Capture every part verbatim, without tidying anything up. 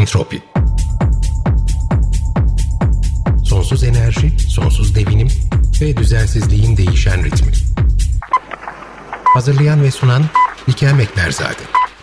Entropi. Sonsuz enerji, sonsuz devinim ve düzensizliğin değişen ritmi. Hazırlayan ve sunan Likel Mekberzade.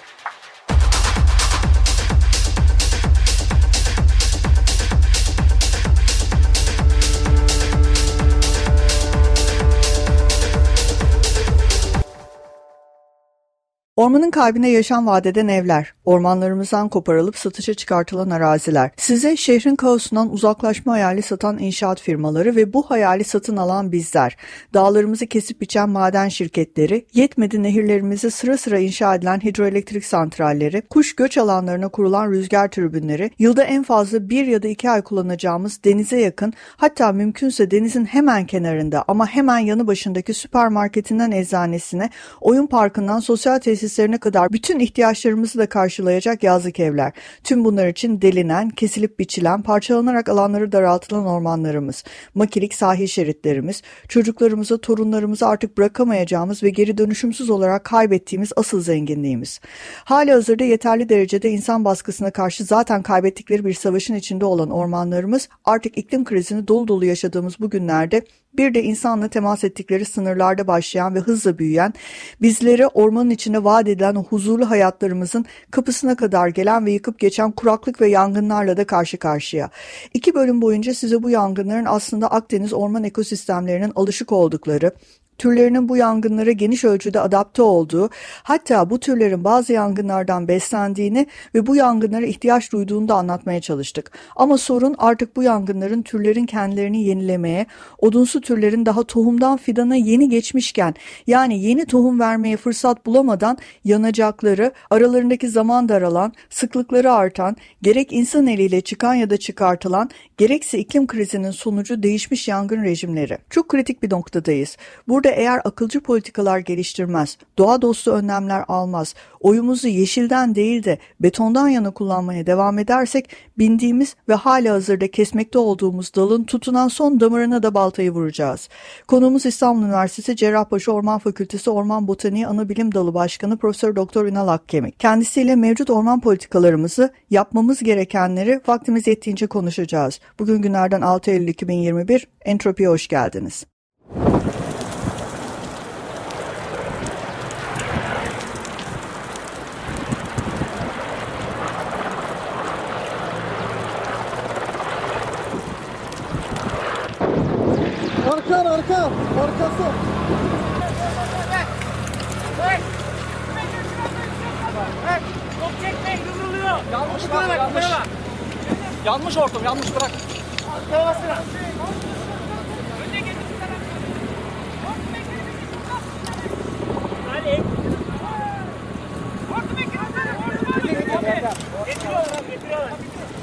Ormanın kalbine yaşam vaat eden evler, ormanlarımızdan koparılıp satışa çıkartılan araziler, size şehrin kaosundan uzaklaşma hayali satan inşaat firmaları ve bu hayali satın alan bizler, dağlarımızı kesip biçen maden şirketleri, yetmedi nehirlerimizi sıra sıra inşa edilen hidroelektrik santralleri, kuş göç alanlarına kurulan rüzgar türbinleri, yılda en fazla bir ya da iki ay kullanacağımız denize yakın, hatta mümkünse denizin hemen kenarında ama hemen yanı başındaki süpermarketinden eczanesine, oyun parkından sosyal tesislerine kadar bütün ihtiyaçlarımızı da karşılayacak yazlık evler. Tüm bunlar için delinen, kesilip biçilen, parçalanarak alanları daraltılan ormanlarımız, makilik sahil şeritlerimiz, çocuklarımıza, torunlarımıza artık bırakamayacağımız ve geri dönüşümsüz olarak kaybettiğimiz asıl zenginliğimiz. Halihazırda yeterli derecede insan baskısına karşı zaten kaybettikleri bir savaşın içinde olan ormanlarımız artık iklim krizini dolu dolu yaşadığımız bu günlerde bir de insanla temas ettikleri sınırlarda başlayan ve hızla büyüyen, bizlere ormanın içinde vaat edilen o huzurlu hayatlarımızın kapısına kadar gelen ve yıkıp geçen kuraklık ve yangınlarla da karşı karşıya. İki bölüm boyunca size bu yangınların aslında Akdeniz orman ekosistemlerinin alışık oldukları, türlerinin bu yangınlara geniş ölçüde adapte olduğu, hatta bu türlerin bazı yangınlardan beslendiğini ve bu yangınlara ihtiyaç duyduğunu da anlatmaya çalıştık. Ama sorun artık bu yangınların türlerin kendilerini yenilemeye, odunsu türlerin daha tohumdan fidana yeni geçmişken, yani yeni tohum vermeye fırsat bulamadan yanacakları, aralarındaki zaman daralan, sıklıkları artan, gerek insan eliyle çıkan ya da çıkartılan, gerekse iklim krizinin sonucu değişmiş yangın rejimleri. Çok kritik bir noktadayız. Burada eğer akılcı politikalar geliştirmez, doğa dostu önlemler almaz, oyumuzu yeşilden değil de betondan yana kullanmaya devam edersek, bindiğimiz ve halihazırda kesmekte olduğumuz dalın tutunan son damarına da baltayı vuracağız. Konuğumuz İstanbul Üniversitesi Cerrahpaşa Orman Fakültesi Orman Botaniği Anabilim Dalı Başkanı Profesör Doktor Ünal Akkemik. Kendisiyle mevcut orman politikalarımızı, yapmamız gerekenleri vaktimiz yettiğince konuşacağız. Bugün günlerden altı Eylül iki bin yirmi bir, Entropi'ye hoş geldiniz. Arka, arka, arkası. Çok çekmeyin, kıvrılıyor. Yanlış bak, yanlış. Yanlış ortam, yanlış bırak. Arkaya basın. Hadi. Hortum ekranları, hortum ekranları. Getiriyorlar, getiriyorlar.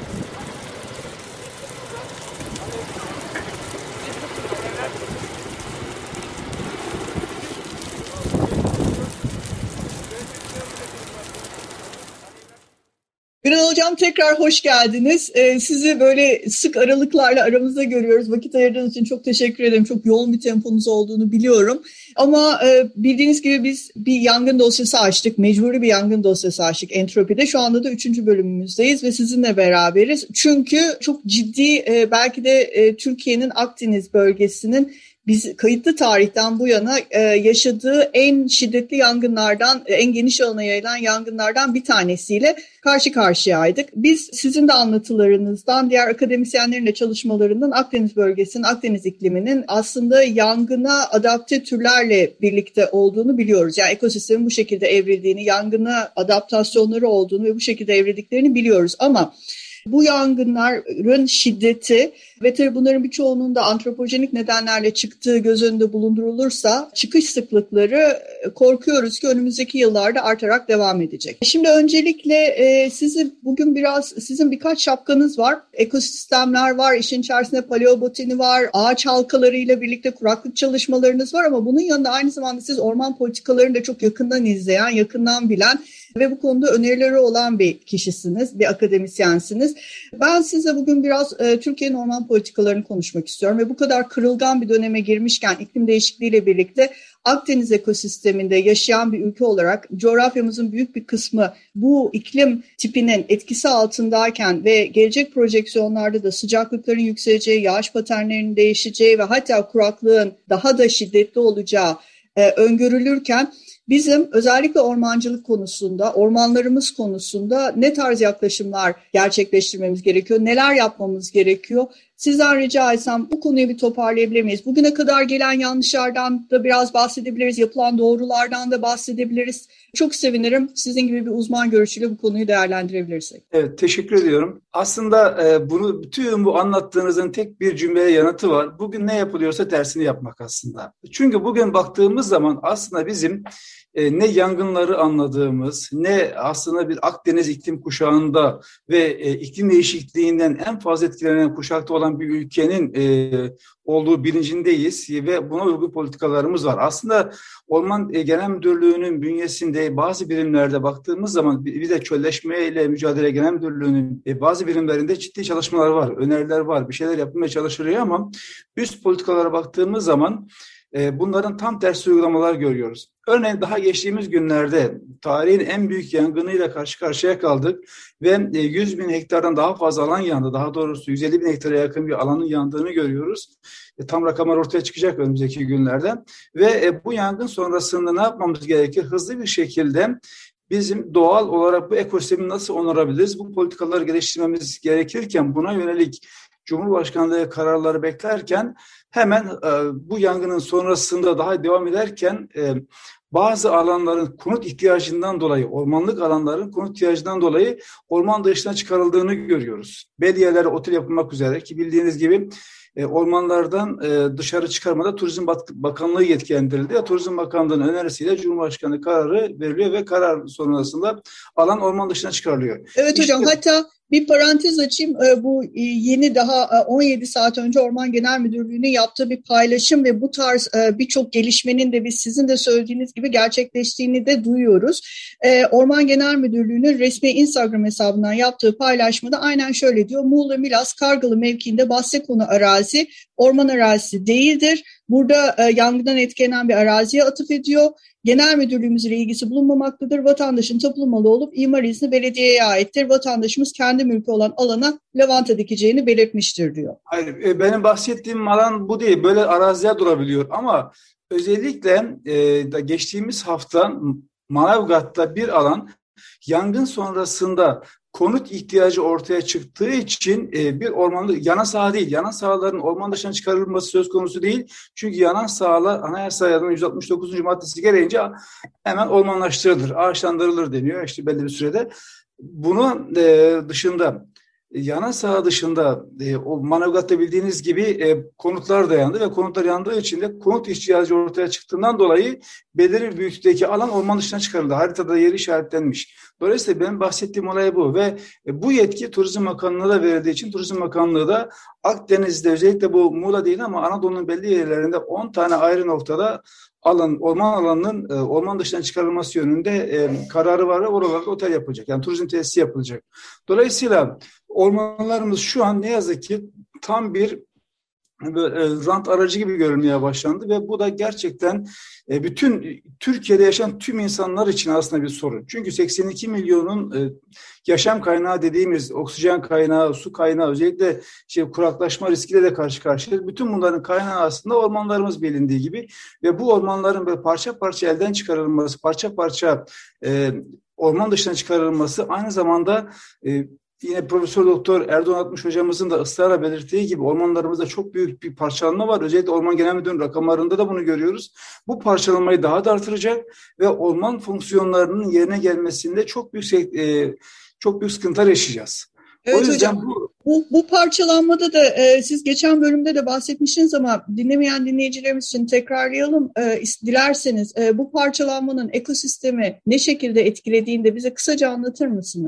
Ünal Hocam tekrar hoş geldiniz. Ee, sizi böyle sık aralıklarla aramızda görüyoruz. Vakit ayırdığınız için çok teşekkür ederim. Çok yoğun bir temponuz olduğunu biliyorum. Ama e, bildiğiniz gibi biz bir yangın dosyası açtık. Mecburi bir yangın dosyası açtık Entropi'de. Şu anda da üçüncü bölümümüzdeyiz ve sizinle beraberiz. Çünkü çok ciddi e, belki de e, Türkiye'nin Akdeniz bölgesinin biz kayıtlı tarihten bu yana e, yaşadığı en şiddetli yangınlardan, en geniş alana yayılan yangınlardan bir tanesiyle karşı karşıyaydık. Biz sizin de anlatılarınızdan, diğer akademisyenlerin de çalışmalarından Akdeniz bölgesinin, Akdeniz ikliminin aslında yangına adapte türlerle birlikte olduğunu biliyoruz. Yani ekosistemin bu şekilde evrildiğini, yangına adaptasyonları olduğunu ve bu şekilde evrildiklerini biliyoruz. Ama bu yangınların şiddeti ve tabii bunların birçoğunun da antropojenik nedenlerle çıktığı göz önünde bulundurulursa çıkış sıklıkları korkuyoruz ki önümüzdeki yıllarda artarak devam edecek. Şimdi öncelikle e, sizi bugün biraz sizin birkaç şapkanız var. Ekosistemler var, işin içerisinde paleobotani var, ağaç halkalarıyla birlikte kuraklık çalışmalarınız var ama bunun yanında aynı zamanda siz orman politikalarını da çok yakından izleyen, yakından bilen ve bu konuda önerileri olan bir kişisiniz, bir akademisyensiniz. Ben size bugün biraz e, Türkiye'nin orman politikalarını konuşmak istiyorum ve bu kadar kırılgan bir döneme girmişken iklim değişikliğiyle birlikte Akdeniz ekosisteminde yaşayan bir ülke olarak coğrafyamızın büyük bir kısmı bu iklim tipinin etkisi altındayken ve gelecek projeksiyonlarda da sıcaklıkların yükseleceği, yağış paternlerinin değişeceği ve hatta kuraklığın daha da şiddetli olacağı e, öngörülürken bizim özellikle ormancılık konusunda, ormanlarımız konusunda ne tarz yaklaşımlar gerçekleştirmemiz gerekiyor, neler yapmamız gerekiyor? Sizden rica etsem bu konuyu bir toparlayabilir miyiz? Bugüne kadar gelen yanlışlardan da biraz bahsedebiliriz, yapılan doğrulardan da bahsedebiliriz. Çok sevinirim sizin gibi bir uzman görüşüyle bu konuyu değerlendirebilirsek. Evet, teşekkür ediyorum. Aslında e, bunu bütün bu anlattığınızın tek bir cümleye yanıtı var. Bugün ne yapılıyorsa tersini yapmak aslında. Çünkü bugün baktığımız zaman aslında bizim e, ne yangınları anladığımız, ne aslında bir Akdeniz iklim kuşağında ve e, iklim değişikliğinden en fazla etkilenen kuşakta olan bir ülkenin e, olduğu bilincindeyiz ve buna uygun politikalarımız var. Aslında Orman Genel Müdürlüğü'nün bünyesinde bazı birimlerde baktığımız zaman bir de çölleşmeyle mücadele genel müdürlüğünün bazı birimlerinde ciddi çalışmalar var, öneriler var, bir şeyler yapılmaya çalışılıyor ama üst politikalara baktığımız zaman bunların tam tersi uygulamalar görüyoruz. Örneğin daha geçtiğimiz günlerde tarihin en büyük yangınıyla karşı karşıya kaldık ve yüz bin hektardan daha fazla alan yandı. Daha doğrusu yüz elli bin hektara yakın bir alanın yandığını görüyoruz. Tam rakamlar ortaya çıkacak önümüzdeki günlerde. Ve bu yangın sonrasında ne yapmamız gerekir? Hızlı bir şekilde bizim doğal olarak bu ekosistemi nasıl onarabiliriz? Bu politikaları geliştirmemiz gerekirken buna yönelik Cumhurbaşkanlığı kararları beklerken hemen e, bu yangının sonrasında daha devam ederken e, bazı alanların konut ihtiyacından dolayı, ormanlık alanların konut ihtiyacından dolayı orman dışına çıkarıldığını görüyoruz. Belli yerlere otel yapılmak üzere ki bildiğiniz gibi e, ormanlardan e, dışarı çıkarmada Turizm Bakanlığı yetkilendirildi. Ya, Turizm Bakanlığı'nın önerisiyle Cumhurbaşkanı kararı veriliyor ve karar sonrasında alan orman dışına çıkarılıyor. Evet hocam, işte, hatta bir parantez açayım. Bu yeni daha on yedi saat önce Orman Genel Müdürlüğü'nün yaptığı bir paylaşım ve bu tarz birçok gelişmenin de biz sizin de söylediğiniz gibi gerçekleştiğini de duyuyoruz. Orman Genel Müdürlüğü'nün resmi Instagram hesabından yaptığı paylaşmada aynen şöyle diyor. Muğla Milas Kargalı mevkiinde bahse konu arazi orman arazisi değildir. Burada e, yangından etkilenen bir araziye atıf ediyor. Genel müdürlüğümüzün ilgisi bulunmamaktadır. Vatandaşın tapu malı olup imar izni belediyeye aittir. Vatandaşımız kendi mülkü olan alana lavanta dikeceğini belirtmiştir diyor. Hayır, benim bahsettiğim alan bu değil. Böyle araziler durabiliyor ama özellikle e, geçtiğimiz hafta Manavgat'ta bir alan yangın sonrasında konut ihtiyacı ortaya çıktığı için e, bir ormanlık yana saha değil, yana sahaların orman dışına çıkarılması söz konusu değil. Çünkü yana sahalar Anayasa yüz altmış dokuzuncu maddesi gereğince hemen ormanlaştırılır, ağaçlandırılır deniyor işte belli bir sürede. Bunun e, dışında yana saha dışında e, o Manavgat'ta bildiğiniz gibi e, konutlar da yandı ve konutlar yandığı için de konut ihtiyacı ortaya çıktığından dolayı belirli büyüklükteki alan orman dışına çıkarıldı. Haritada yeri işaretlenmiş. Dolayısıyla benim bahsettiğim olay bu ve e, bu yetki Turizm Bakanlığı'na da verildiği için Turizm Bakanlığı da Akdeniz'de özellikle bu Muğla değil ama Anadolu'nun belli yerlerinde on tane ayrı noktada alan, orman alanının e, orman dışına çıkarılması yönünde e, kararı var ve oralarda otel yapılacak. Yani turizm tesisi yapılacak. Dolayısıyla ormanlarımız şu an ne yazık ki tam bir böyle, e, rant aracı gibi görülmeye başlandı ve bu da gerçekten e, bütün Türkiye'de yaşayan tüm insanlar için aslında bir sorun. Çünkü seksen iki milyonun e, yaşam kaynağı dediğimiz oksijen kaynağı, su kaynağı, özellikle şey, kuraklaşma riskiyle de karşı karşıyayız. Bütün bunların kaynağı aslında ormanlarımız bilindiği gibi ve bu ormanların böyle parça parça elden çıkarılması, parça parça e, orman dışına çıkarılması aynı zamanda e, yine Profesör Doktor Erdoğan Atmış hocamızın da ısrarla belirttiği gibi ormanlarımızda çok büyük bir parçalanma var. Özellikle Orman Genel Müdürlüğü'nün rakamlarında da bunu görüyoruz. Bu parçalanmayı daha da artıracak ve orman fonksiyonlarının yerine gelmesinde çok büyük e, çok büyük sıkıntılar yaşayacağız. Evet hocam, bu, bu, bu parçalanmada da e, siz geçen bölümde de bahsetmişsiniz ama dinlemeyen dinleyicilerimiz için tekrarlayalım e, dilerseniz. E, bu parçalanmanın ekosistemi ne şekilde etkilediğini de bize kısaca anlatır mısınız?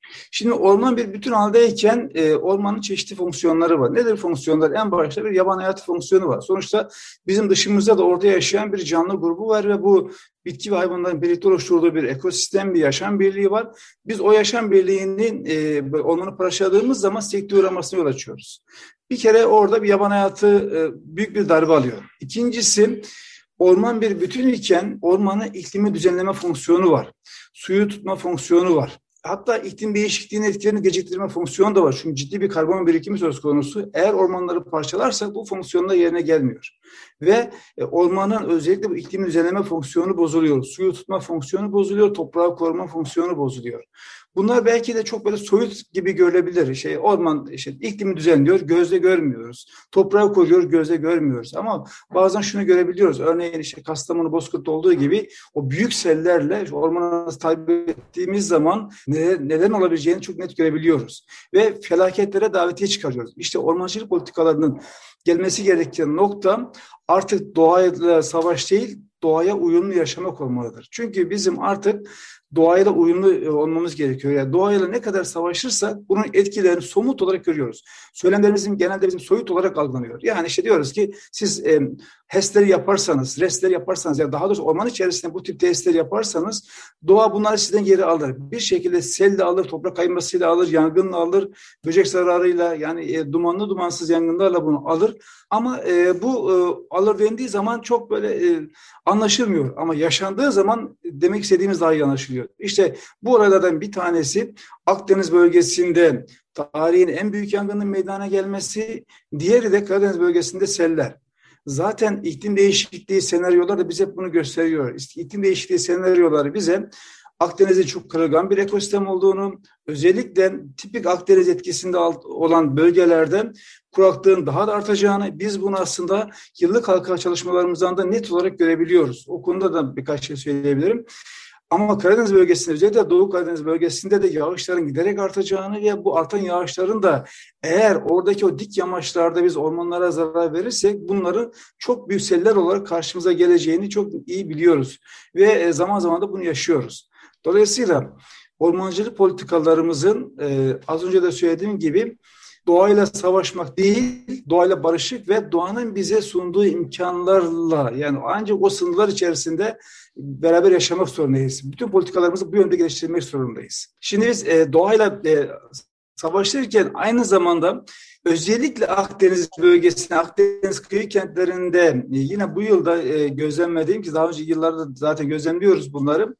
Şimdi orman bir bütün haldeyken e, ormanın çeşitli fonksiyonları var. Nedir fonksiyonlar? En başta bir yaban hayatı fonksiyonu var. Sonuçta bizim dışımızda da orada yaşayan bir canlı grubu var ve bu bitki ve hayvanların birlikte oluşturduğu bir ekosistem, bir yaşam birliği var. Biz o yaşam birliğinin e, ormanı parçaladığımız zaman sekteye uğramasına yol açıyoruz. Bir kere orada bir yaban hayatı e, büyük bir darbe alıyor. İkincisi, orman bir bütün iken ormanın iklimi düzenleme fonksiyonu var. Suyu tutma fonksiyonu var. Hatta iklim değişikliğinin etkilerini geciktirme fonksiyonu da var. Çünkü ciddi bir karbon birikimi söz konusu. Eğer ormanları parçalarsak bu fonksiyonlar yerine gelmiyor. Ve ormanın özellikle bu iklim düzenleme fonksiyonu bozuluyor. Suyu tutma fonksiyonu bozuluyor. Toprağı koruma fonksiyonu bozuluyor. Bunlar belki de çok böyle soyut gibi görülebilir. Şey, orman işte iklimi düzenliyor, gözle görmüyoruz. Toprağı koruyor, gözle görmüyoruz. Ama bazen şunu görebiliyoruz. Örneğin işte Kastamonu, Bozkurt'ta olduğu gibi o büyük sellerle ormanı takip ettiğimiz zaman neler, neden olabileceğini çok net görebiliyoruz. Ve felaketlere davetiye çıkarıyoruz. İşte ormancılık politikalarının gelmesi gereken nokta artık doğayla savaş değil, doğaya uyumlu yaşamak olmalıdır. Çünkü bizim artık doğayla uyumlu olmamız gerekiyor. Yani doğayla ne kadar savaşırsak bunun etkilerini somut olarak görüyoruz. Söylemlerimizin genelde bizim soyut olarak algılanıyor. Yani işte diyoruz ki siz e, HES'leri yaparsanız, RES'leri yaparsanız ya yani daha doğrusu orman içerisinde bu tip tesisleri yaparsanız doğa bunları sizden geri alır. Bir şekilde selle alır, toprak kaymasıyla alır, yangınla alır, böcek zararıyla yani e, dumanlı dumansız yangınlarla bunu alır. Ama e, bu e, alır dendiği zaman çok böyle e, anlaşılmıyor. Ama yaşandığı zaman demek istediğimiz daha iyi anlaşılıyor. İşte bu olaylardan bir tanesi Akdeniz bölgesinde tarihin en büyük yangının meydana gelmesi, diğeri de Karadeniz bölgesinde seller. Zaten iklim değişikliği senaryoları da bize bunu gösteriyor. İklim değişikliği senaryoları bize Akdeniz'in çok kırılgan bir ekosistem olduğunu, özellikle tipik Akdeniz etkisinde olan bölgelerde kuraklığın daha da artacağını, biz bunu aslında yıllık halka çalışmalarımızdan da net olarak görebiliyoruz. O konuda da birkaç şey söyleyebilirim. Ama Karadeniz bölgesinde, özellikle Doğu Karadeniz bölgesinde de yağışların giderek artacağını ve bu artan yağışların da eğer oradaki o dik yamaçlarda biz ormanlara zarar verirsek bunların çok büyük seller olarak karşımıza geleceğini çok iyi biliyoruz. Ve zaman zaman da bunu yaşıyoruz. Dolayısıyla ormancılık politikalarımızın e, az önce de söylediğim gibi doğayla savaşmak değil, doğayla barışık ve doğanın bize sunduğu imkanlarla yani ancak o sınırlar içerisinde beraber yaşamak zorundayız. Bütün politikalarımızı bu yönde geliştirmek zorundayız. Şimdi biz e, doğayla e, savaşırken aynı zamanda özellikle Akdeniz bölgesinde, Akdeniz kıyı kentlerinde e, yine bu yılda e, gözlemlediğim ki daha önce yıllarda zaten gözlemliyoruz bunları.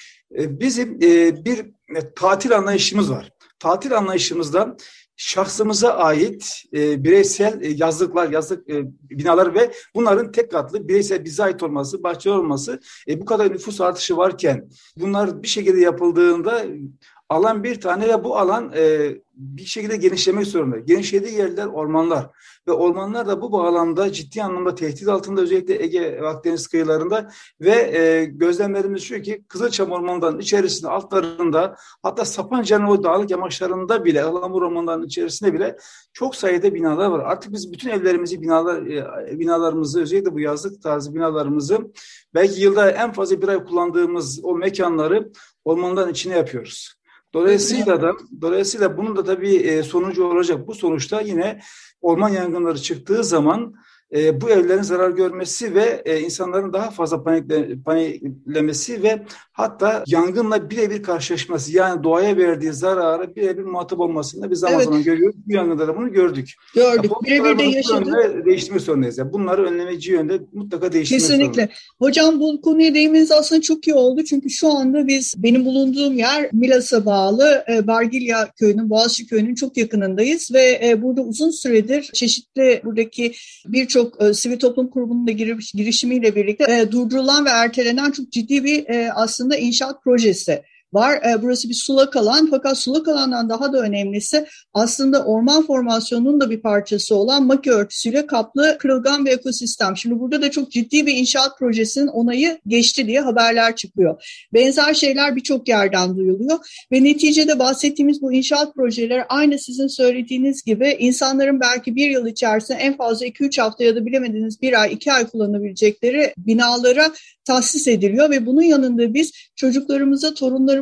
E, bizim e, bir e, tatil anlayışımız var. Tatil anlayışımızda şahsımıza ait e, bireysel e, yazlıklar, yazlık e, binalar ve bunların tek katlı bireysel bize ait olması, bahçe olması e, bu kadar nüfus artışı varken bunlar bir şekilde yapıldığında alan bir tane ve bu alan e, bir şekilde genişlemek zorunda. Genişlediği yerler ormanlar ve ormanlar da bu bağlamda ciddi anlamda tehdit altında özellikle Ege ve Akdeniz kıyılarında ve e, gözlemlerimiz şu ki Kızılçam Ormanı'nın içerisinde altlarında hatta Sapanca'nın o dağlık yamaçlarında bile Ihlamur Ormanı'nın içerisinde bile çok sayıda binalar var. Artık biz bütün evlerimizi, binalar, e, binalarımızı özellikle bu yazlık tarzı binalarımızı belki yılda en fazla bir ay kullandığımız o mekanları ormanların içine yapıyoruz. Dolayısıyla da dolayısıyla bunun da tabii sonucu olacak. Bu sonuçta yine orman yangınları çıktığı zaman e, bu evlerin zarar görmesi ve e, insanların daha fazla panikle, paniklemesi ve hatta yangınla birebir karşılaşması yani doğaya verdiği zarara birebir muhatap olmasını biz zaman evet. zaman görüyoruz. Bu yangında da bunu gördük. Gördük. Birebir de yaşadık. Değiştirmek zorundayız. Yani bunları önlemeci yönde mutlaka değiştirmek Kesinlikle. zorundayız. Hocam bu konuya değinmeniz aslında çok iyi oldu. Çünkü şu anda biz, benim bulunduğum yer Milas'a bağlı e, Bargilya Köyü'nün, Boğaziçi Köyü'nün çok yakınındayız ve e, burada uzun süredir çeşitli buradaki birçok çok e, sivil toplum kurumunun da giriş, girişimiyle birlikte e, durdurulan ve ertelenen çok ciddi bir e, aslında inşaat projesi var. E, burası bir sulak alan fakat sulak alandan daha da önemlisi aslında orman formasyonunun da bir parçası olan maki örtüsüyle kaplı kırılgan bir ekosistem. Şimdi burada da çok ciddi bir inşaat projesinin onayı geçti diye haberler çıkıyor. Benzer şeyler birçok yerden duyuluyor ve neticede bahsettiğimiz bu inşaat projeleri aynı sizin söylediğiniz gibi insanların belki bir yıl içerisinde en fazla iki üç hafta ya da bilemediğiniz bir ay iki ay kullanabilecekleri binalara tahsis ediliyor ve bunun yanında biz çocuklarımıza, torunlarımıza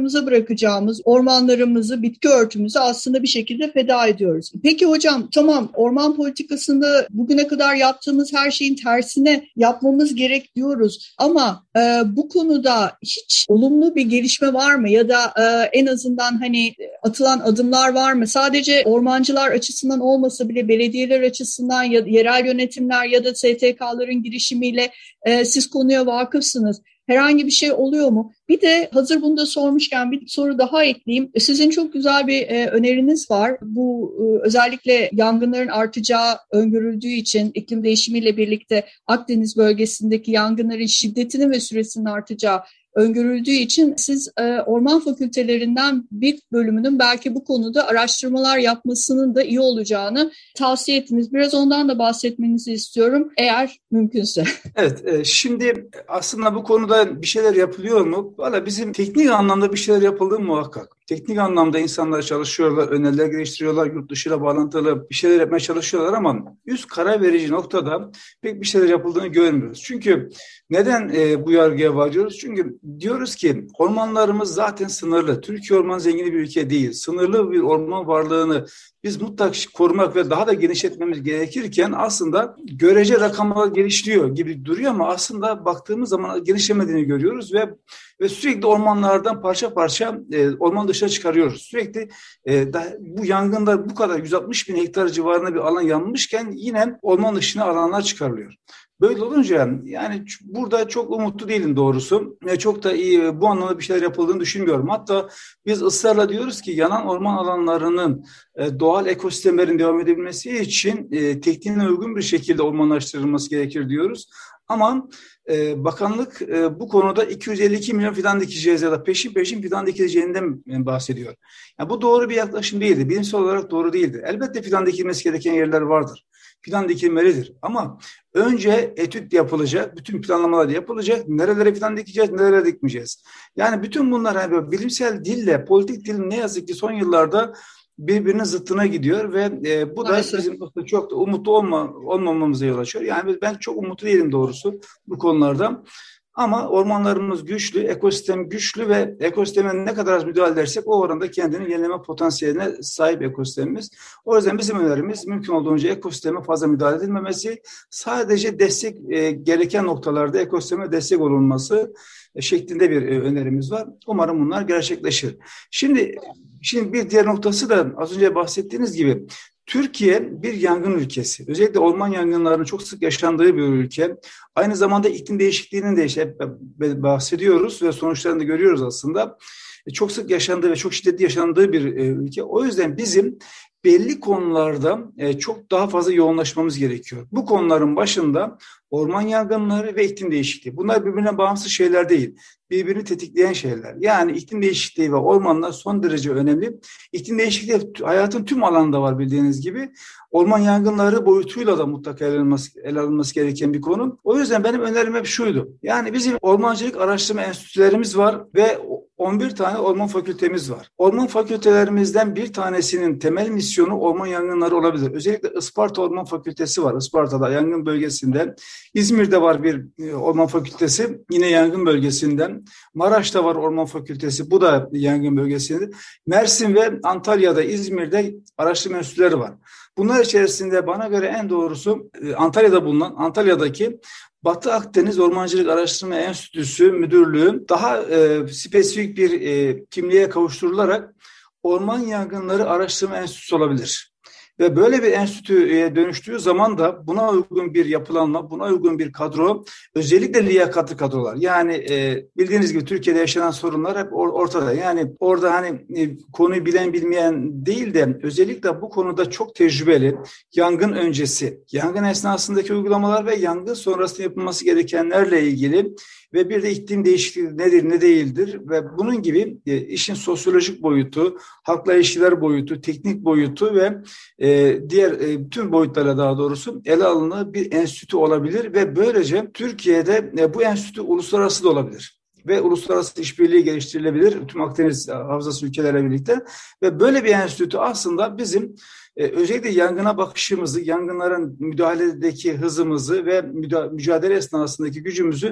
çocuklarımıza bırakacağımız ormanlarımızı, bitki örtümüzü aslında bir şekilde feda ediyoruz. Peki hocam, tamam, orman politikasında bugüne kadar yaptığımız her şeyin tersine yapmamız gerek diyoruz ama e, bu konuda hiç olumlu bir gelişme var mı? Ya da e, en azından hani atılan adımlar var mı? Sadece ormancılar açısından olmasa bile belediyeler açısından ya yerel yönetimler ya da S T K'ların girişimiyle e, siz konuya vakıfsınız. Herhangi bir şey oluyor mu? Bir de hazır bunu da sormuşken bir soru daha ekleyeyim. Sizin çok güzel bir e, öneriniz var. Bu e, özellikle yangınların artacağı öngörüldüğü için iklim değişimiyle birlikte Akdeniz bölgesindeki yangınların şiddetinin ve süresinin artacağı öngörüldüğü için siz e, orman fakültelerinden bir bölümünün belki bu konuda araştırmalar yapmasının da iyi olacağını tavsiye ettiniz. Biraz ondan da bahsetmenizi istiyorum eğer mümkünse. Evet, e, şimdi aslında bu konuda bir şeyler yapılıyor mu? Valla bizim teknik anlamda bir şeyler yapıldığı muhakkak. Teknik anlamda insanlar çalışıyorlar, öneriler geliştiriyorlar, yurt dışıyla bağlantılı bir şeyler yapmaya çalışıyorlar ama üst karar verici noktada pek bir şeyler yapıldığını görmüyoruz. Çünkü neden e, bu yargıya varıyoruz? Çünkü diyoruz ki ormanlarımız zaten sınırlı. Türkiye orman zengini bir ülke değil. Sınırlı bir orman varlığını biz mutlaka korumak ve daha da genişletmemiz gerekirken aslında görece rakamlar gelişiyor gibi duruyor ama aslında baktığımız zaman genişlemediğini görüyoruz ve ve sürekli ormanlardan parça parça e, orman dışına çıkarıyoruz. Sürekli e, da, bu yangında bu kadar yüz altmış bin hektar civarında bir alan yanmışken yine orman dışına alanlar çıkarılıyor. Böyle olunca yani burada çok umutlu değilim doğrusu. E, çok da iyi bu anlamda bir şeyler yapıldığını düşünmüyorum. Hatta biz ısrarla diyoruz ki yanan orman alanlarının e, doğal ekosistemlerin devam edebilmesi için e, tekniğine uygun bir şekilde ormanlaştırılması gerekir diyoruz. Ama e, bakanlık e, bu konuda iki yüz elli iki milyon fidan dikeceğiz ya da peşin peşin fidan dikileceğinden bahsediyor. Yani bu doğru bir yaklaşım değildi. Bilimsel olarak doğru değildi. Elbette fidan dikilmesi gereken yerler vardır. Fidan dikilmelidir. Ama önce etüt yapılacak, bütün planlamalar yapılacak. Nerelere fidan dikeceğiz, nerelere dikmeyeceğiz. Yani bütün bunlar yani bilimsel dille, politik dil ne yazık ki son yıllarda birbirinin zıttına gidiyor ve e, bu da Maalesef. bizim çok da umutlu olma, olmamamıza yol açıyor. Yani ben çok umutlu değilim doğrusu bu konularda. Ama ormanlarımız güçlü, ekosistem güçlü ve ekosisteme ne kadar az müdahale edersek o oranda kendini yenileme potansiyeline sahip ekosistemimiz. O yüzden bizim önerimiz mümkün olduğunca ekosisteme fazla müdahale edilmemesi, sadece destek e, gereken noktalarda ekosisteme destek olunması e, şeklinde bir e, önerimiz var. Umarım bunlar gerçekleşir. Şimdi şimdi bir diğer noktası da az önce bahsettiğiniz gibi Türkiye bir yangın ülkesi. Özellikle orman yangınlarının çok sık yaşandığı bir ülke. Aynı zamanda iklim değişikliğinin de işte bahsediyoruz ve sonuçlarını da görüyoruz aslında. Çok sık yaşandığı ve çok şiddetli yaşandığı bir ülke. O yüzden bizim belli konularda çok daha fazla yoğunlaşmamız gerekiyor. Bu konuların başında orman yangınları ve iklim değişikliği. Bunlar birbirine bağımsız şeyler değil. Birbirini tetikleyen şeyler. Yani iklim değişikliği ve ormanlar son derece önemli. İklim değişikliği hayatın tüm alanında var bildiğiniz gibi. Orman yangınları boyutuyla da mutlaka ele alınması, ele alınması gereken bir konu. O yüzden benim önerim hep şuydu. Yani bizim ormancılık araştırma enstitülerimiz var ve on bir tane orman fakültemiz var. Orman fakültelerimizden bir tanesinin temel misyonu orman yangınları olabilir. Özellikle Isparta Orman Fakültesi var. Isparta'da yangın bölgesinde. İzmir'de var bir orman fakültesi yine yangın bölgesinden. Maraş'ta var orman fakültesi, bu da yangın bölgesinde. Mersin ve Antalya'da, İzmir'de araştırma enstitüleri var. Bunlar içerisinde bana göre en doğrusu Antalya'da bulunan, Antalya'daki Batı Akdeniz Ormancılık Araştırma Enstitüsü Müdürlüğü daha e, spesifik bir e, kimliğe kavuşturularak Orman Yangınları Araştırma Enstitüsü olabilir. Ve böyle bir enstitüye dönüştüğü zaman da buna uygun bir yapılanma, buna uygun bir kadro, özellikle liyakatlı kadrolar. Yani e, bildiğiniz gibi Türkiye'de yaşanan sorunlar hep or- ortada. Yani orada hani e, konuyu bilen bilmeyen değil de özellikle bu konuda çok tecrübeli, yangın öncesi, yangın esnasındaki uygulamalar ve yangın sonrasında yapılması gerekenlerle ilgili ve bir de iklim değişikliği nedir, ne değildir ve bunun gibi e, işin sosyolojik boyutu, halkla ilişkiler boyutu, teknik boyutu ve e, diğer e, tüm boyutlara daha doğrusu ele alındığı bir enstitü olabilir ve böylece Türkiye'de e, bu enstitü uluslararası da olabilir. Ve uluslararası işbirliği geliştirilebilir tüm Akdeniz havzası ülkelerle birlikte ve böyle bir enstitü aslında bizim e, özellikle yangına bakışımızı, yangınların müdahaledeki hızımızı ve müda- mücadele esnasındaki gücümüzü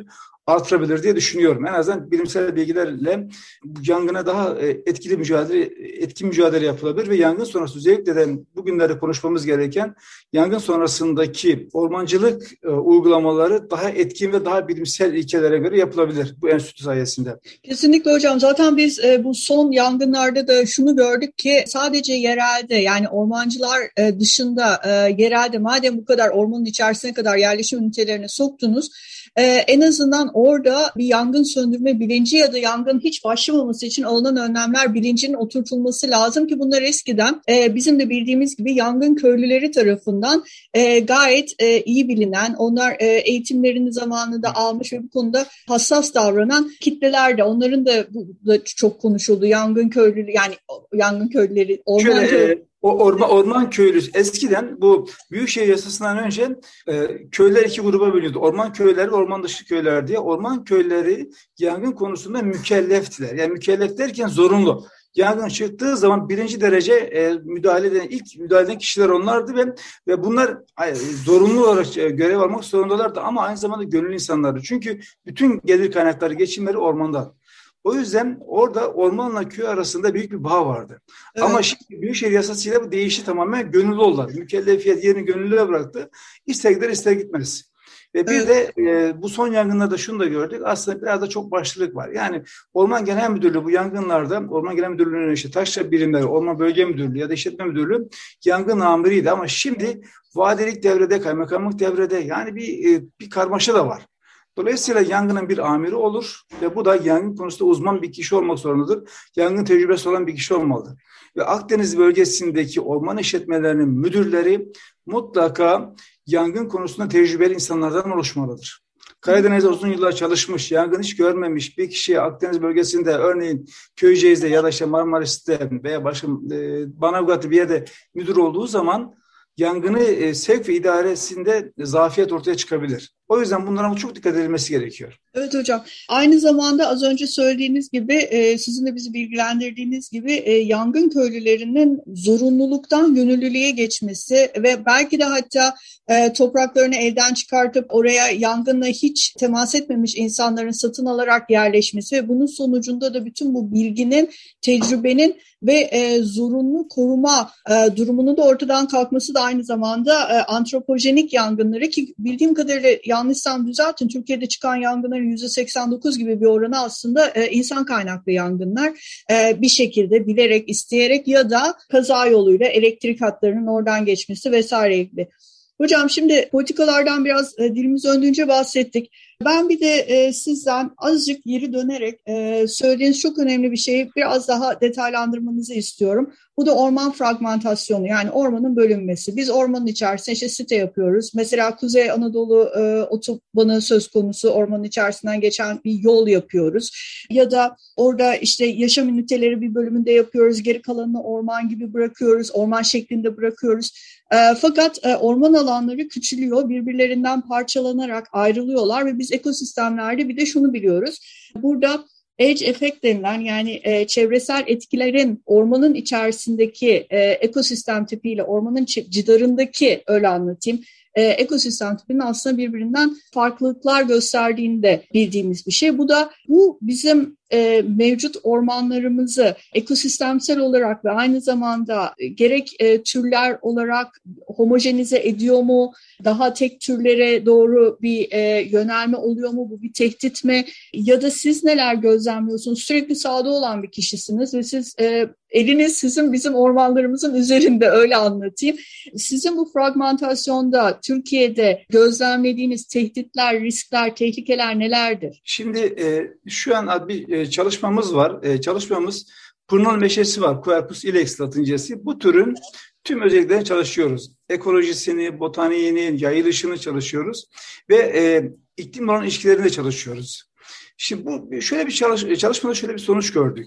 artırabilir diye düşünüyorum. En azından bilimsel bilgilerle bu yangına daha etkili mücadele, etkin mücadele yapılabilir ve yangın sonrası özellikle de bugünlerde konuşmamız gereken yangın sonrasındaki ormancılık e, uygulamaları daha etkin ve daha bilimsel ilkelere göre yapılabilir bu enstitü sayesinde. Kesinlikle hocam. Zaten biz e, bu son yangınlarda da şunu gördük ki sadece yerelde, yani ormancılar e, dışında e, yerelde madem bu kadar ormanın içerisine kadar yerleşim ünitelerine soktunuz, e, en azından orada bir yangın söndürme bilinci ya da yangın hiç başlamaması için alınan önlemler bilincinin oturtulması lazım ki bunlar eskiden e, bizim de bildiğimiz gibi yangın köylüleri tarafından e, gayet e, iyi bilinen, onlar e, eğitimlerini zamanında almış ve bu konuda hassas davranan kitleler. Onların da, da çok konuşuldu. Yangın köylüleri, yani yangın köylüleri, orman Şöyle, köylüleri. E, o orman, orman köylüsü eskiden bu Büyükşehir Yasası'ndan önce e, köyler iki gruba bölüyordu. Orman köyleri, orman dışı köyler diye. Orman köyleri yangın konusunda mükelleftiler. Yani mükellef derken zorunlu. Yangın çıktığı zaman birinci derece e, müdahale eden, ilk müdahale eden kişiler onlardı ve ve bunlar e, zorunlu olarak e, görev almak zorundalardı ama aynı zamanda gönüllü insanlardı. Çünkü bütün gelir kaynakları, geçimleri ormandan. O yüzden orada ormanla köy arasında büyük bir bağ vardı. Evet. Ama şimdi Büyükşehir Yasası'yla bu değişti, tamamen gönüllü oldular. Mükellefiyet yerini gönüllüye bıraktı. İster gider ister gitmez. Ve bir evet. de e, bu son yangınlarda şunu da gördük. Aslında biraz da çok başlılık var. Yani Orman Genel Müdürlüğü bu yangınlarda, Orman Genel Müdürlüğü'nün işte taşra birimleri, Orman Bölge Müdürlüğü ya da İşletme Müdürlüğü yangın amiriydi. Ama şimdi valilik devrede, kaymakamlık devrede, yani bir, e, bir karmaşa da var. Dolayısıyla yangının bir amiri olur ve bu da yangın konusunda uzman bir kişi olmak zorundadır. Yangın tecrübesi olan bir kişi olmalıdır. Ve Akdeniz bölgesindeki orman işletmelerinin müdürleri mutlaka yangın konusunda tecrübeli insanlardan oluşmalıdır. Karadeniz'de uzun yıllar çalışmış, yangın hiç görmemiş bir kişiye Akdeniz bölgesinde, örneğin Köyceğiz'de ya da işte Marmaris'te veya başka e, Manavgat'ta bir yerde müdür olduğu zaman yangını e, sevk ve idaresinde zafiyet ortaya çıkabilir. O yüzden bunlara çok dikkat edilmesi gerekiyor. Evet hocam. Aynı zamanda az önce söylediğiniz gibi, e, sizin de bizi bilgilendirdiğiniz gibi e, yangın köylülerinin zorunluluktan gönüllülüğe geçmesi ve belki de hatta e, topraklarını elden çıkartıp oraya yangınla hiç temas etmemiş insanların satın alarak yerleşmesi ve bunun sonucunda da bütün bu bilginin, tecrübenin ve e, zorunlu koruma e, durumunun da ortadan kalkması da aynı zamanda e, antropojenik yangınları, ki bildiğim kadarıyla yanlışsam düzeltin, Türkiye'de çıkan yangınların yüzde seksen dokuz gibi bir oranı aslında e, insan kaynaklı yangınlar. E, bir şekilde bilerek, isteyerek ya da kaza yoluyla elektrik hatlarının oradan geçmesi vesaire gibi. Hocam şimdi politikalardan biraz e, dilimiz döndüğünce bahsettik. Ben bir de e, sizden azıcık geri dönerek e, söylediğiniz çok önemli bir şeyi biraz daha detaylandırmanızı istiyorum. Bu da orman fragmentasyonu, yani ormanın bölünmesi. Biz ormanın içerisinde işte site yapıyoruz. Mesela Kuzey Anadolu e, otobanı söz konusu, ormanın içerisinden geçen bir yol yapıyoruz. Ya da orada işte yaşam üniteleri bir bölümünde yapıyoruz. Geri kalanını orman gibi bırakıyoruz, orman şeklinde bırakıyoruz. E, fakat e, orman alanları küçülüyor, birbirlerinden parçalanarak ayrılıyorlar ve biz ekosistemlerde bir de şunu biliyoruz. Burada edge effect denilen, yani e, çevresel etkilerin ormanın içerisindeki e, ekosistem tipiyle ormanın cidarındaki, öyle anlatayım, e, ekosistem tipinin aslında birbirinden farklılıklar gösterdiğini de bildiğimiz bir şey. Bu da bu bizim e, mevcut ormanlarımızı ekosistemsel olarak ve aynı zamanda gerek e, türler olarak homojenize ediyor mu? Daha tek türlere doğru bir e, yönelme oluyor mu? Bu bir tehdit mi? Ya da siz neler gözlemliyorsunuz? Sürekli sahada olan bir kişisiniz ve siz e, eliniz sizin bizim ormanlarımızın üzerinde, öyle anlatayım. Sizin bu fragmentasyonda Türkiye'de gözlemlediğiniz tehditler, riskler, tehlikeler nelerdir? Şimdi e, şu an bir e, çalışmamız var. E, çalışmamız Pırnal meşesi var. Quercus ilex latincesi. Bu türün tüm özelliklerini çalışıyoruz. Ekolojisini, botaniğini, yayılışını çalışıyoruz ve e, iklim olan ilişkilerinde çalışıyoruz. Şimdi bu şöyle bir çalış, çalışmada şöyle bir sonuç gördük.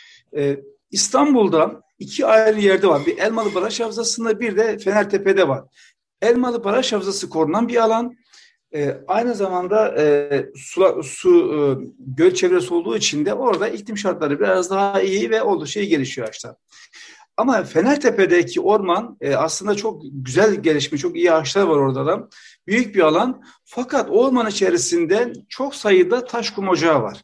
E, İstanbul'da iki ayrı yerde var. Bir Elmalı Baraj Havzası'nda, bir de Fenertepe'de var. Elmalı Baraj Havzası korunan bir alan. E, aynı zamanda e, su, su e, göl çevresi olduğu için de orada iklim şartları biraz daha iyi ve olduğu şey gelişiyor işte. Ama Fenertepe'deki orman e, aslında çok güzel gelişmiş, çok iyi ağaçlar var orada da. Büyük bir alan. Fakat orman içerisinde çok sayıda taş kum ocağı var.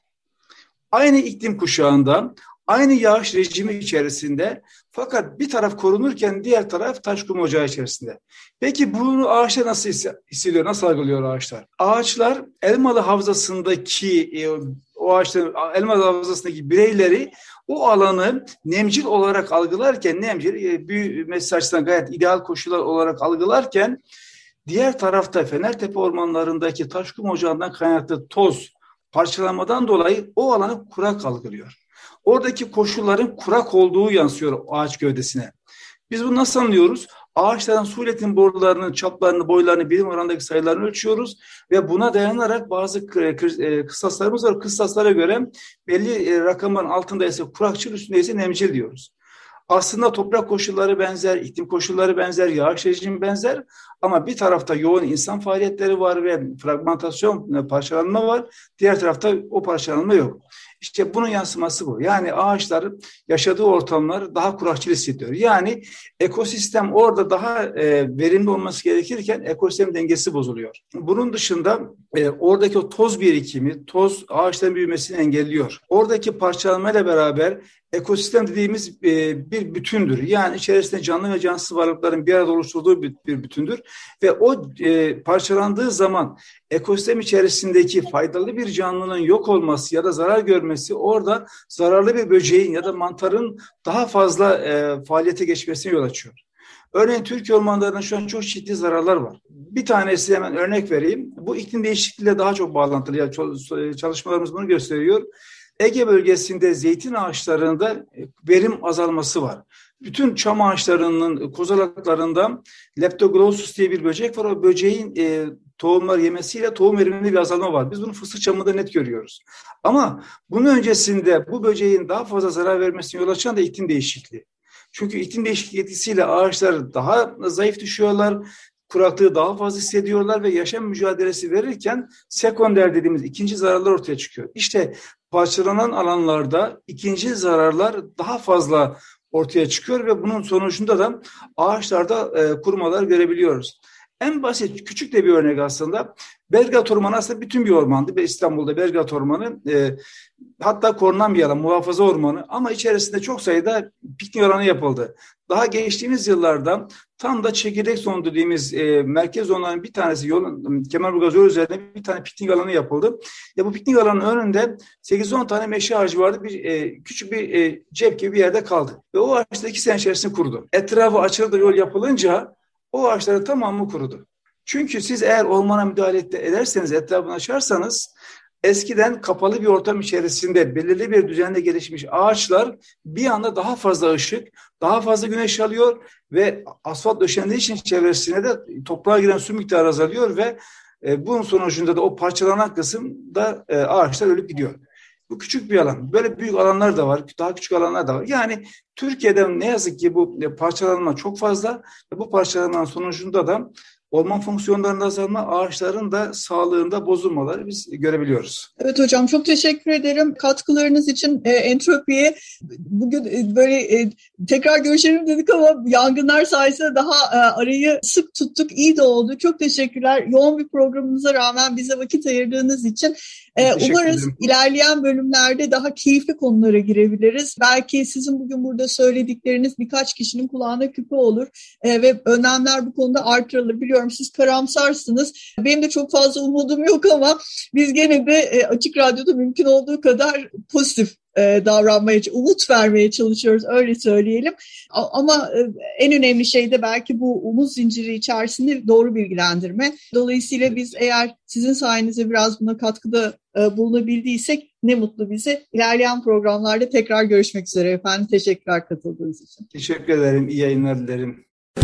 Aynı iklim kuşağında, aynı yağış rejimi içerisinde, fakat bir taraf korunurken diğer taraf taş kum ocağı içerisinde. Peki bunu ağaçlar nasıl hissediyor, nasıl algılıyor ağaçlar? Ağaçlar Elmalı Havzası'ndaki e, o ağaçların Elmalı Havzası'ndaki bireyleri o alanı nemcil olarak algılarken, nemcil e, büyü mesajdan gayet ideal koşullar olarak algılarken, diğer tarafta Fenertepe ormanlarındaki taş kum ocağından kaynaklı toz parçalanmadan dolayı o alanı kurak algılıyor. Oradaki koşulların kurak olduğu yansıyor ağaç gövdesine. Biz bunu nasıl anlıyoruz? Ağaçların su iletim borularının çaplarını, boylarını, birim orandaki sayılarını ölçüyoruz ve buna dayanarak bazı kıstaslarımız var. Kıstaslara göre belli rakamların altındaysa kurakçıl, üstündeyse nemcil diyoruz. Aslında toprak koşulları benzer, iklim koşulları benzer, yağış rejimi benzer ama bir tarafta yoğun insan faaliyetleri var ve fragmentasyon, parçalanma var. Diğer tarafta o parçalanma yok. İşte bunun yansıması bu. Yani ağaçlar yaşadığı ortamlar daha kurakçıl hissediyor. Yani ekosistem orada daha e, verimli olması gerekirken ekosistem dengesi bozuluyor. Bunun dışında e, oradaki o toz birikimi, toz ağaçların büyümesini engelliyor. Oradaki parçalanmayla beraber ekosistem dediğimiz e, bir bütündür. Yani içerisinde canlı ve cansız varlıkların bir arada oluşturduğu bir, bir bütündür. Ve o e, parçalandığı zaman ekosistem içerisindeki faydalı bir canlının yok olması ya da zarar görmesi orada zararlı bir böceğin ya da mantarın daha fazla e, faaliyete geçmesine yol açıyor. Örneğin Türkiye ormanlarında şu an çok ciddi zararlar var. Bir tanesi hemen örnek vereyim. Bu iklim değişikliğiyle daha çok bağlantılı. Yani çalışmalarımız bunu gösteriyor. Ege bölgesinde zeytin ağaçlarında verim azalması var. Bütün çam ağaçlarının kozalaklarında Leptoglossus diye bir böcek var. O böceğin e, tohumlar yemesiyle tohum veriminde bir azalma var. Biz bunu fıstık çamında net görüyoruz. Ama bunun öncesinde bu böceğin daha fazla zarar vermesine yol açan da iklim değişikliği. Çünkü iklim değişikliği etkisiyle ağaçlar daha zayıf düşüyorlar. Kuraklığı daha fazla hissediyorlar ve yaşam mücadelesi verirken sekonder dediğimiz ikinci zararlar ortaya çıkıyor. İşte parçalanan alanlarda ikinci zararlar daha fazla ortaya çıkıyor ve bunun sonucunda da ağaçlarda e, kurumalar görebiliyoruz. En basit, küçük de bir örnek aslında. Belgrad Ormanı aslında bütün bir ormandı. İstanbul'da Belgrad Ormanı e, hatta korunan bir alan, muhafaza ormanı ama içerisinde çok sayıda piknik alanı yapıldı. Daha geçtiğimiz yıllarda tam da çekirdek zonu dediğimiz e, merkez zonların bir tanesi yolun Kemerburgaz yolu üzerinde bir tane piknik alanı yapıldı. Ya bu piknik alanının önünde sekiz on tane meşe ağacı vardı. Bir e, küçük bir e, cep gibi bir yerde kaldı. Ve o ağaçta iki sene içerisinde kurudu. Etrafı açıldı, yol yapılınca o ağaçların tamamı kurudu. Çünkü siz eğer ormana müdahale ederseniz, etrafını açarsanız eskiden kapalı bir ortam içerisinde belirli bir düzenle gelişmiş ağaçlar bir anda daha fazla ışık, daha fazla güneş alıyor ve asfalt döşendiği için çevresine de toprağa giren su miktarı azalıyor ve e, bunun sonucunda da o parçalanan kısımda e, ağaçlar ölüp gidiyor. Bu küçük bir alan. Böyle büyük alanlar da var. Daha küçük alanlar da var. Yani Türkiye'de ne yazık ki bu parçalanma çok fazla ve bu parçalanmanın sonucunda da orman fonksiyonlarında azalma, ağaçların da sağlığında bozulmaları biz görebiliyoruz. Evet hocam, çok teşekkür ederim katkılarınız için. E, entropiye bugün e, böyle e, tekrar görüşelim dedik ama yangınlar sayesinde daha e, arayı sık tuttuk. İyi de oldu. Çok teşekkürler. Yoğun bir programımıza rağmen bize vakit ayırdığınız için. E, umarız ilerleyen bölümlerde daha keyifli konulara girebiliriz. Belki sizin bugün burada söyledikleriniz birkaç kişinin kulağına küpe olur e, ve önlemler bu konuda artırılır. Biliyorum siz karamsarsınız. Benim de çok fazla umudum yok ama biz gene de e, Açık Radyo'da mümkün olduğu kadar pozitif e, davranmaya, umut vermeye çalışıyoruz, öyle söyleyelim. Ama e, en önemli şey de belki bu umut zinciri içerisinde doğru bilgilendirme. Dolayısıyla biz eğer sizin sayenizde biraz buna katkıda e, bulunabildiysek ne mutlu bize. İlerleyen programlarda tekrar görüşmek üzere efendim. Teşekkürler katıldığınız için. Teşekkür ederim. İyi yayınlar dilerim.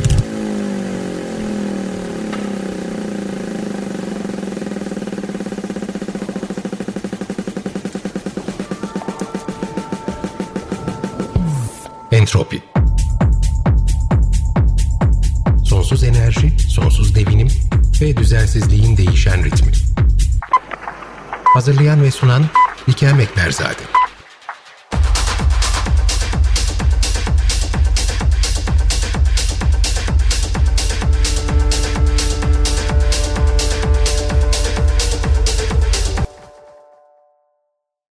Entropi. Sonsuz enerji, sonsuz devinim ve düzensizliğin değişen ritmi. Hazırlayan ve sunan Bikem Ekberzade.